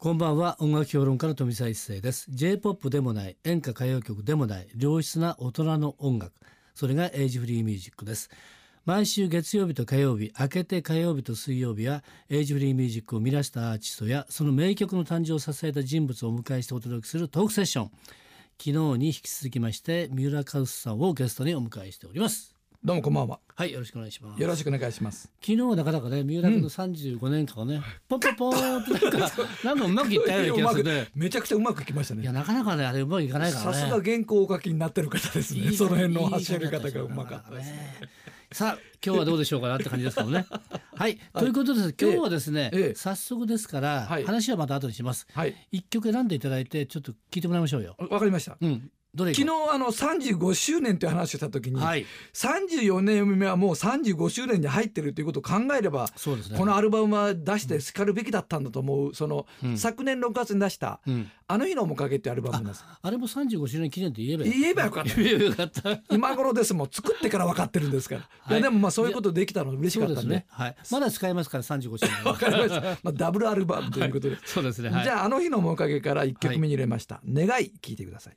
こんばんは。音楽評論家の富澤一世です。 J-POP でもない演歌歌謡曲でもない良質な大人の音楽、それがエイジフリーミュージックです。毎週月曜日と火曜日、明けて火曜日と水曜日はエイジフリーミュージックを生み出したアーティストやその名曲の誕生を支えた人物をお迎えしてお届けするトークセッション。昨日に引き続きまして三浦和さんをゲストにお迎えしております。 どうもこんばんは。 はい、よろしくお願いします。 よろしくお願いします。 昨日はなかなかね、三浦君の35年間をね、ポンポンポンってなんかうまくいったような気がするね。 めちゃくちゃうまくいきましたね。 いや、なかなかね、あれうまくいかないからね。 さすが原稿をお書きになってる方ですね。その辺の走り方がうまかったですね。 さあ、今日はどうでしょうかなって感じですけどね。はい、ということで今日はですね、早速ですから、話はまた後にします。一曲選んでいただいてちょっと聞いてもらいましょうよ。 わかりました。昨日35周年という話をした時に、34年目はもう35周年に入ってるということを考えれば、このアルバムは出してしかるべきだったんだと思う。その、昨年6月に出した「あの日の面影」っていうアルバムです。 あれも35周年記念って言えばよかった。今頃ですもん、作ってから分かってるんですから。いやでもまあそういうことできたの嬉しかったね。 まだ使えますから35周年。 わかりました。ダブルアルバムということで。 そうですね。 じゃあ「あの日の面影」から1曲目に入れました「願い」聞いてください。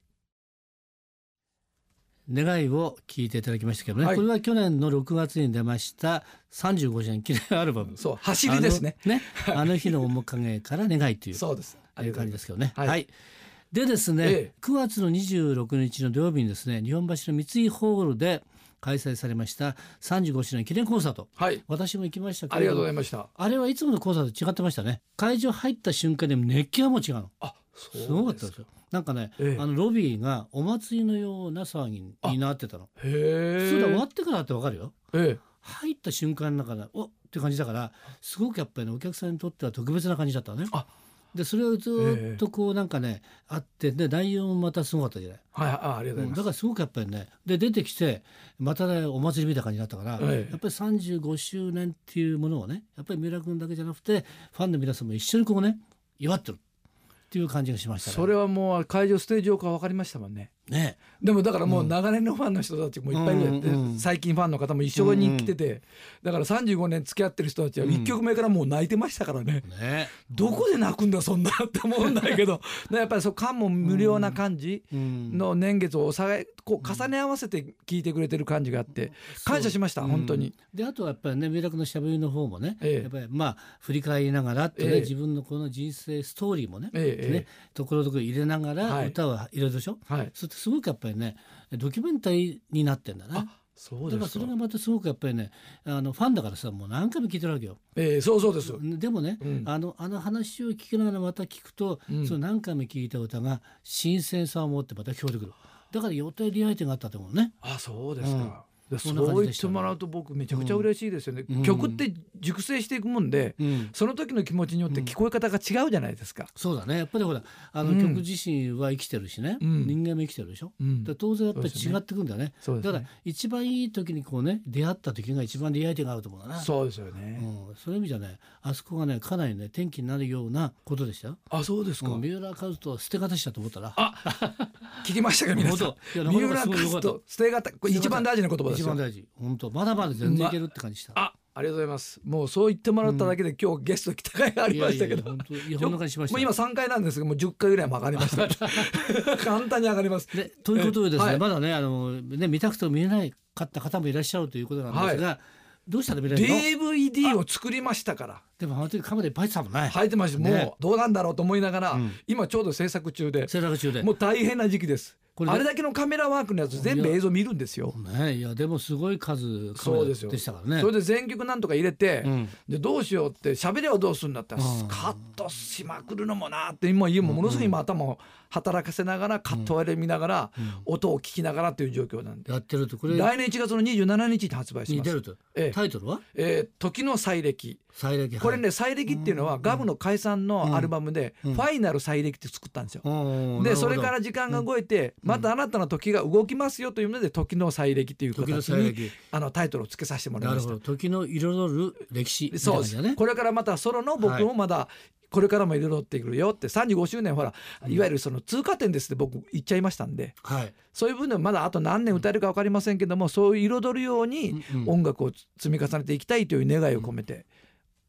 願いを聞いていただきましたけどね、これは去年の6月に出ました35周年記念アルバム。 そう、走りですね。 あの日の面影から願いというそうです。 いう感じですけどね。でですね、9月の26日の土曜日にですね、日本橋の三井ホールで開催されました35周年記念コンサート、私も行きましたけど、 ありがとうございました。 あれはいつものコンサートと違ってましたね。会場入った瞬間で熱気がもう違うの。すごかったですよ。なんかね、ロビーがお祭りのような騒ぎになってたの。普通は終わってからって分かるよ。入った瞬間の中でおって感じだから、すごくやっぱりね、お客さんにとっては特別な感じだったね。でそれをずっとこうなんかね、あってで内容もまたすごかったじゃない。 ありがとうございます。 だからすごくやっぱりね、で出てきてまたね、お祭りみたいな感じだったから、やっぱり35周年っていうものをね、やっぱり三浦君だけじゃなくてファンの皆さんも一緒にこうね、祝ってるっていう感じがしましたね。 それはもう会場ステージ上から分かりましたもんね。でもだからもう長年のファンの人たちもいっぱいいる、最近ファンの方も一緒に来てて、だから35年付き合ってる人たちは1曲目からもう泣いてましたからね。どこで泣くんだそんなって思うんだけどやっぱりそう感も無量な感じの年月をこう重ね合わせて聴いてくれてる感じがあって感謝しました、本当に。 であとはやっぱりね、三浦君のしゃべりの方もね、やっぱりまあ振り返りながらってね、自分のこの人生ストーリーもね、ところどころ入れながら歌を入れるでしょ。そしてすごくやっぱりね、ドキュメンタリーになってんだね。 そうですか。 だからそれがまたすごくやっぱりね、ファンだからさ、もう何回も聞いてるわけよ。 そうです。 でもね、あの話を聞きながらまた聞くと、その何回も聞いた歌が新鮮さを持ってまた聞こえてくる。だから予定リアリティがあったと思うね。 そうですか。そう言ってもらうと僕めちゃくちゃ嬉しいですよね。曲って熟成していくもんで、その時の気持ちによって聞こえ方が違うじゃないですか。 そうだね。やっぱりほら曲自身は生きてるしね、人間も生きてるでしょ。当然やっぱり違ってくんだね。だから一番いい時にこうね、出会った時が一番リアリティがあると思うな。 そうですよね。 そういう意味じゃね、あそこがね、かなりね、転機になるようなことでした。 そうですか。 三浦和と捨て方したと思ったら、 聞きましたか皆さん。三浦和と捨て方、これ一番大事な言葉ですよ。 一番大事。本当まだまだ全然いけるって感じした。 ありがとうございます。もうそう言ってもらっただけで、今日ゲスト来た甲斐がありましたけど、もう今3回なんですが、もう10回ぐらいも上がりました簡単に上がります。 ということでですね、まだね見たくても見えないかった方もいらっしゃるということなんですが、どうしたら見れるの？ DVD を作りましたから。 でもあの時カメラいっぱい入ってたもんね。 入ってました。もうどうなんだろうと思いながら、今ちょうど制作中でもう大変な時期です。あれだけのカメラワークのやつ全部映像見るんですよ。 いやでもすごい数カメラでしたからね。 それで全曲なんとか入れて、でどうしようって喋りはどうするんだったら、カットしまくるのもなって今ものすごい今頭を働かせながらカット割れ見ながら、音を聞きながらっていう状況なんでやってると。これ来年1月の27日に発売します。 タイトルは時の再歴。これね、再歴っていうのはガムの解散のアルバムでファイナル再歴って作ったんですよ。でそれから時間が動いて、また新たな時が動きますよというので時の再歴という形にタイトルをつけさせてもらいました。 時の彩る歴史みたいな感じだね。 これからまたソロの僕もまだこれからも彩ってくるよって、35周年ほらいわゆるその通過点ですって僕言っちゃいましたんで、そういう分でまだあと何年歌えるか分かりませんけども、そういう彩るように音楽を積み重ねていきたいという願いを込めて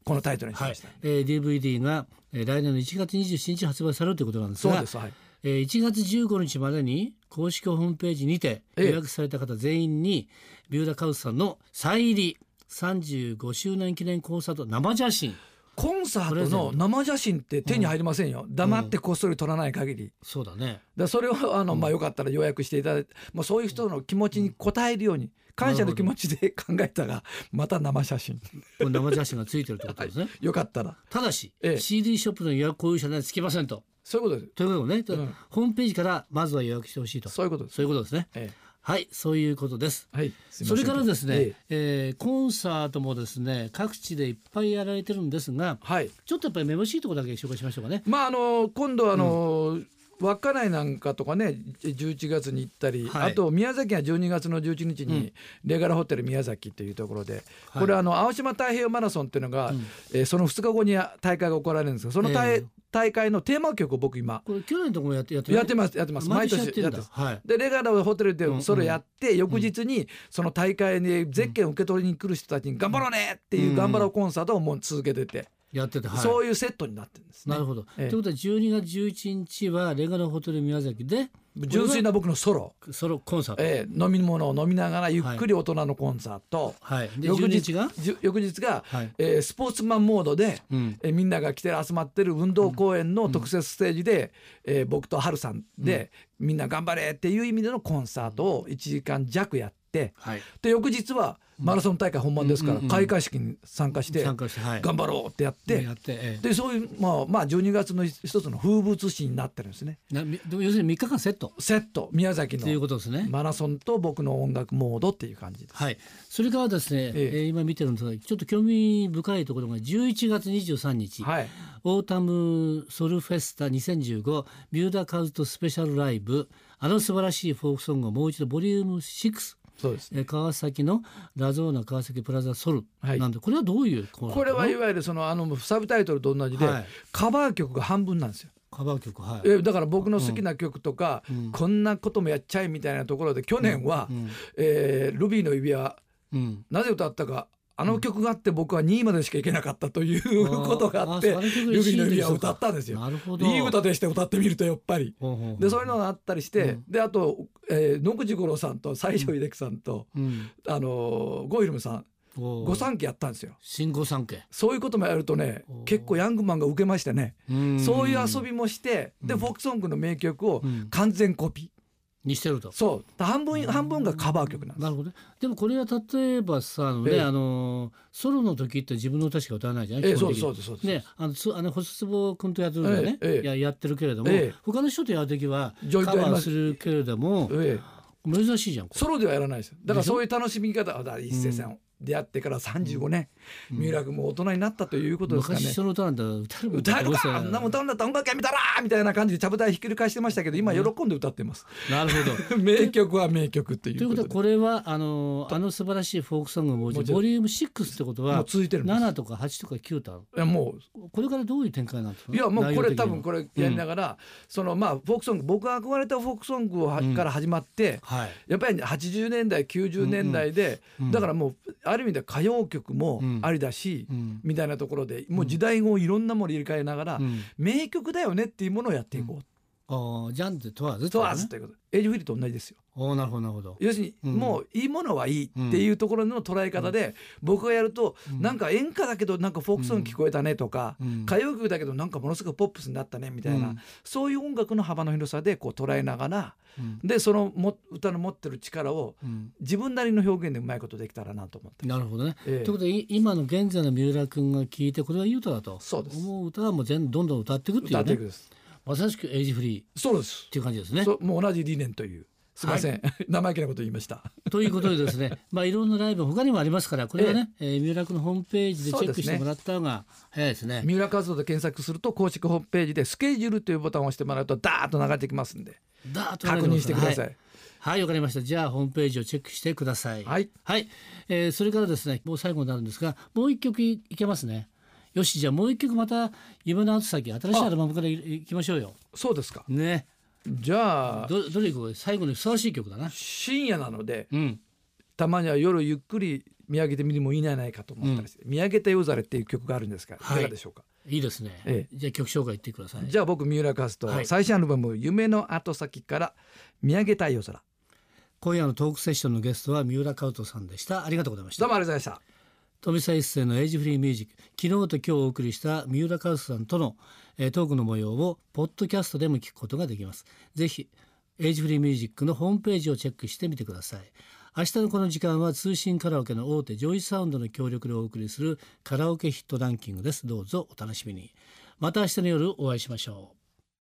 このタイトルにしました。 DVD が来年の1月27日発売されるということなんですが、 そうです、はい。 1月15日までに公式ホームページにて予約された方全員に三浦カウスさんのサイン入り35周年記念コンサート生写真、 コンサートの生写真って手に入りませんよ、黙ってこっそり撮らない限り。 そうだね。 それをよかったら予約していただいて、そういう人の気持ちに応えるように、感謝の気持ちで考えたがまた生写真これ生写真がついてるってことですね、 はい、よかったら。 ただし、CD ショップの予約購入者にはつきませんと。 そういうことです。 ということね、ホームページからまずは予約してほしいと。 そういうことです。 そういうことですね、はい、そういうことです。 はい、 それからですね、コンサートもですね各地でいっぱいやられてるんですが、 はい、 ちょっとやっぱりめぼしいところだけ紹介しましょうかね。 今度稚内なんかとかね11月に行ったり、あと宮崎は12月の11日にレガラホテル宮崎というところで、これ青島太平洋マラソンっていうのが、その2日後に大会が行われるんですが、その大会のテーマ曲を僕今これ去年ともやってます毎年やってます、でレガラホテルでそれをやって、翌日にその大会にゼッケンを受け取りに来る人たちに頑張ろうねっていう頑張ろうコンサートをもう続けててやってて、 そういうセットになってるんですね。 なるほど。ということは12月11日はレガラホテル宮崎で純粋な僕のソロコンサート、 飲み物を飲みながらゆっくり大人のコンサート、 で翌日がスポーツマンモードで、みんなが来て集まってる運動公園の特設ステージで、僕とハルさんで、みんな頑張れっていう意味でのコンサートを1時間弱やって、で翌日はマラソン大会本番ですから、開会式に参加して頑張ろうってやって、でそういう12月の一つの風物詩になってるんですね。 でも要するに3日間セット宮崎のということですね。 マラソンと僕の音楽モードっていう感じです。 はい、それからですね、今見てるんですがちょっと興味深いところが11月23日、オータムソルフェスタ2015三浦カウススペシャルライブ、素晴らしいフォークソングをもう一度ボリューム6、そうですね、川崎のラゾーナ川崎プラザソルなんで、これはどういうこれはいわゆるサブタイトルと同じで、カバー曲が半分なんですよ。 カバー曲、 だから僕の好きな曲とか、こんなこともやっちゃいみたいなところで、去年は、ルビーの指輪、なぜ歌ったか、あの曲があって僕は2位までしかいけなかったということがあって、ルビーの指輪を歌ったんですよ。いい歌でして歌ってみるとやっぱりで、そういうのがあったりして、であと、野口五郎さんと西城秀樹さんと、ゴイルムさん御三家やったんですよ。 新御三家。 そういうこともやるとね、結構ヤングマンが受けましてね、そういう遊びもして、でフォークソングの名曲を完全コピーにしてると。 そう半分がカバー曲なんです。 なるほど。でもこれは例えばさ、ソロの時って自分の歌しか歌わないじゃない。 そうですね。 星坪君とやってるのね、やってるけれども、他の人とやる時はカバーするけれども、珍しいじゃん。 ソロではやらないですよ。だからそういう楽しみ方は一斉さん出会ってから35年、三浦君も大人になったということですかね。 昔その歌なんだ歌えるか、あんなもん歌うんだったら音楽やめたらみたいな感じでちゃぶ台ひっくり返してましたけど、今喜んで歌ってます。 なるほど。 名曲は名曲っていうことで。 ということはこれは素晴らしいフォークソングもボリューム6ってことは7とか8とか9とある。 もうこれからどういう展開なんですか。 いやもうこれ多分これやりながら、フォークソング、僕が憧れたフォークソングから始まって、やっぱり80年代90年代で、だからもうある意味で歌謡曲もありだし、みたいなところでもう時代をいろんなもの入れ替えながら、名曲だよねっていうものをやっていこう。ジャンル問わずということ。エイジフリーと同じですよ。 なるほどなるほど。 要するに、もういいものはいいっていうところの捉え方で、僕がやると、なんか演歌だけどなんかフォークソング聞こえたねとか、歌謡曲だけどなんかものすごくポップスになったねみたいな、そういう音楽の幅の広さでこう捉えながら、でその歌の持ってる力を自分なりの表現でうまいことできたらなと思って。 なるほどね。ということで今の現在の三浦君が聴いてこれはいい歌だと思う歌はもうどんどん歌っていくっていうね。歌っていくです。まさしくエイジフリー。 そうです。 っていう感じですね。 もう同じ理念という。すみません、生意気なこと言いました。 ということでですね、いろんなライブ他にもありますから、これはね、三浦君のホームページでチェックしてもらった方が早いですね。 三浦活動で検索すると公式ホームページでスケジュールというボタンを押してもらうとダーッと流れてきますんで、確認してください。 はい、わかりました。じゃあホームページをチェックしてください。はい、それからですね、もう最後になるんですが、もう一曲いけますね。よし、じゃあもう一曲また夢の後先新しいアルバムからいきましょうよ。 そうですかね。 じゃあどれいこう。最後にふさわしい曲だな。 深夜なので、たまには夜ゆっくり見上げてみるもいいんじゃないかと思ったりして、見上げてよざれっていう曲があるんですが、いかがでしょうか。 いいですね、じゃあ曲紹介言ってください。 じゃあ僕三浦和人、最新アルバム夢の後先から見上げたい夜空。 今夜のトークセッションのゲストは三浦和人さんでした。ありがとうございました。 どうもありがとうございました。 富澤一世のエイジフリーミュージック、昨日と今日お送りした三浦和人さんとの、トークの模様をポッドキャストでも聞くことができます。ぜひエイジフリーミュージックのホームページをチェックしてみてください。明日のこの時間は通信カラオケの大手ジョイサウンドの協力でお送りするカラオケヒットランキングです。どうぞお楽しみに。また明日の夜お会いしましょう。